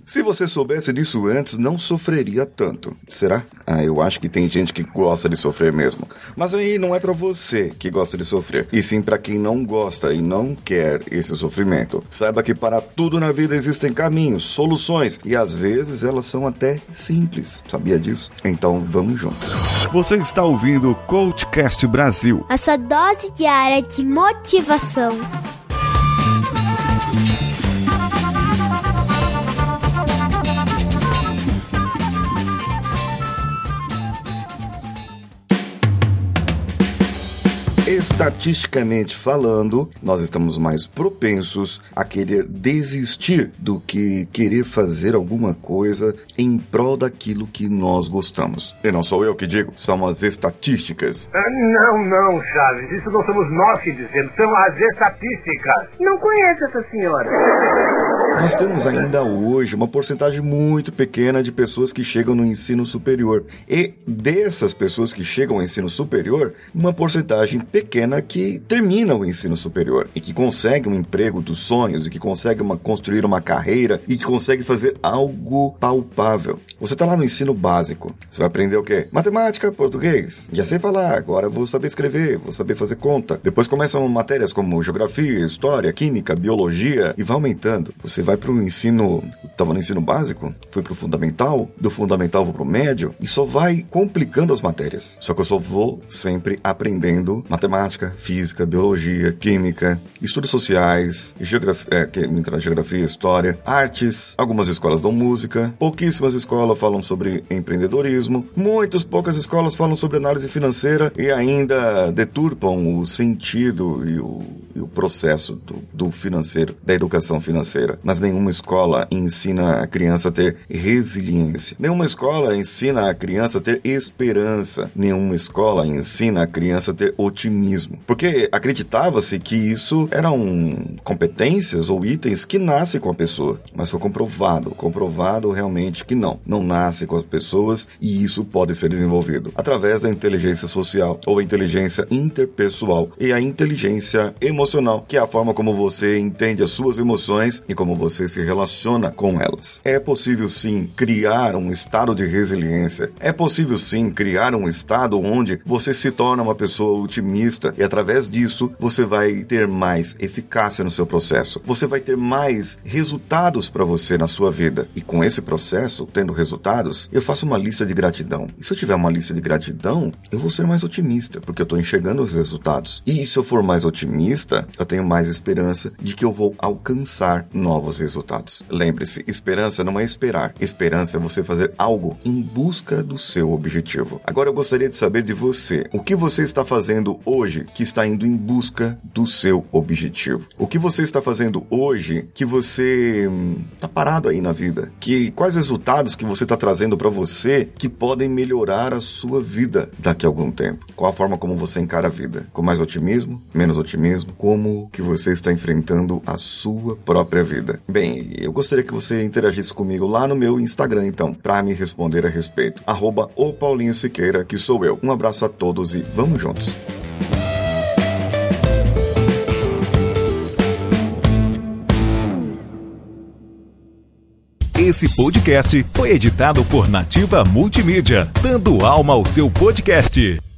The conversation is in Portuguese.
Se você soubesse disso antes, não sofreria tanto. Será? Eu acho que tem gente que gosta de sofrer mesmo. Mas aí não é pra você que gosta de sofrer, e sim pra quem não gosta e não quer esse sofrimento. Saiba que para tudo na vida existem caminhos, soluções, e às vezes elas são até simples. Sabia disso? Então vamos juntos. Você está ouvindo o Coachcast Brasil, a sua dose diária de motivação. Estatisticamente falando, nós estamos mais propensos a querer desistir do que querer fazer alguma coisa em prol daquilo que nós gostamos. E não sou eu que digo, são as estatísticas. Não, Chaves, isso não somos nós que dizemos, são as estatísticas. Não conheço essa senhora. Nós temos ainda hoje uma porcentagem muito pequena de pessoas que chegam no ensino superior. E dessas pessoas que chegam ao ensino superior, uma porcentagem pequena que termina o ensino superior e que consegue um emprego dos sonhos e que consegue construir uma carreira e que consegue fazer algo palpável. Você está lá no ensino básico. Você vai aprender o quê? Matemática, português. Já sei falar, agora vou saber escrever, vou saber fazer conta. Depois começam matérias como geografia, história, química, biologia e vai aumentando. Você vai para o ensino... Estava no ensino básico, fui para o fundamental, do fundamental vou para o médio e só vai complicando as matérias. Só que eu só vou sempre aprendendo matemática, física, biologia, química, estudos sociais, geografia, história, artes. Algumas escolas dão música, pouquíssimas escolas falam sobre empreendedorismo, poucas escolas falam sobre análise financeira e ainda deturpam o sentido e o processo do financeiro, da educação financeira. Mas nenhuma escola ensina a criança a ter resiliência. Nenhuma escola ensina a criança a ter esperança. Nenhuma escola ensina a criança a ter otimismo. Porque acreditava-se que isso eram competências ou itens que nascem com a pessoa. Mas foi comprovado realmente que não nasce com as pessoas e isso pode ser desenvolvido através da inteligência social ou a inteligência interpessoal e a inteligência emocional, que é a forma como você entende as suas emoções e como você se relaciona com elas. É possível sim criar um estado de resiliência. É possível sim criar um estado onde você se torna uma pessoa otimista e através disso você vai ter mais eficácia no seu processo. Você vai ter mais resultados para você na sua vida. E com esse processo, tendo resultados, eu faço uma lista de gratidão. E se eu tiver uma lista de gratidão, eu vou ser mais otimista, porque eu estou enxergando os resultados. E se eu for mais otimista, eu tenho mais esperança de que eu vou alcançar novos resultados. Lembre-se, esperança não é esperar. Esperança é você fazer algo em busca do seu objetivo. Agora eu gostaria de saber de você. O que você está fazendo hoje que está indo em busca do seu objetivo? O que você está fazendo hoje que você está parado aí na vida? Quais resultados que você está trazendo para você que podem melhorar a sua vida daqui a algum tempo? Qual a forma como você encara a vida? Com mais otimismo? Menos otimismo? Como que você está enfrentando a sua própria vida? Bem, eu gostaria que você interagisse comigo lá no meu Instagram, então, para me responder a respeito. @opaulinhosiqueira, que sou eu. Um abraço a todos e vamos juntos. Esse podcast foi editado por Nativa Multimídia, dando alma ao seu podcast.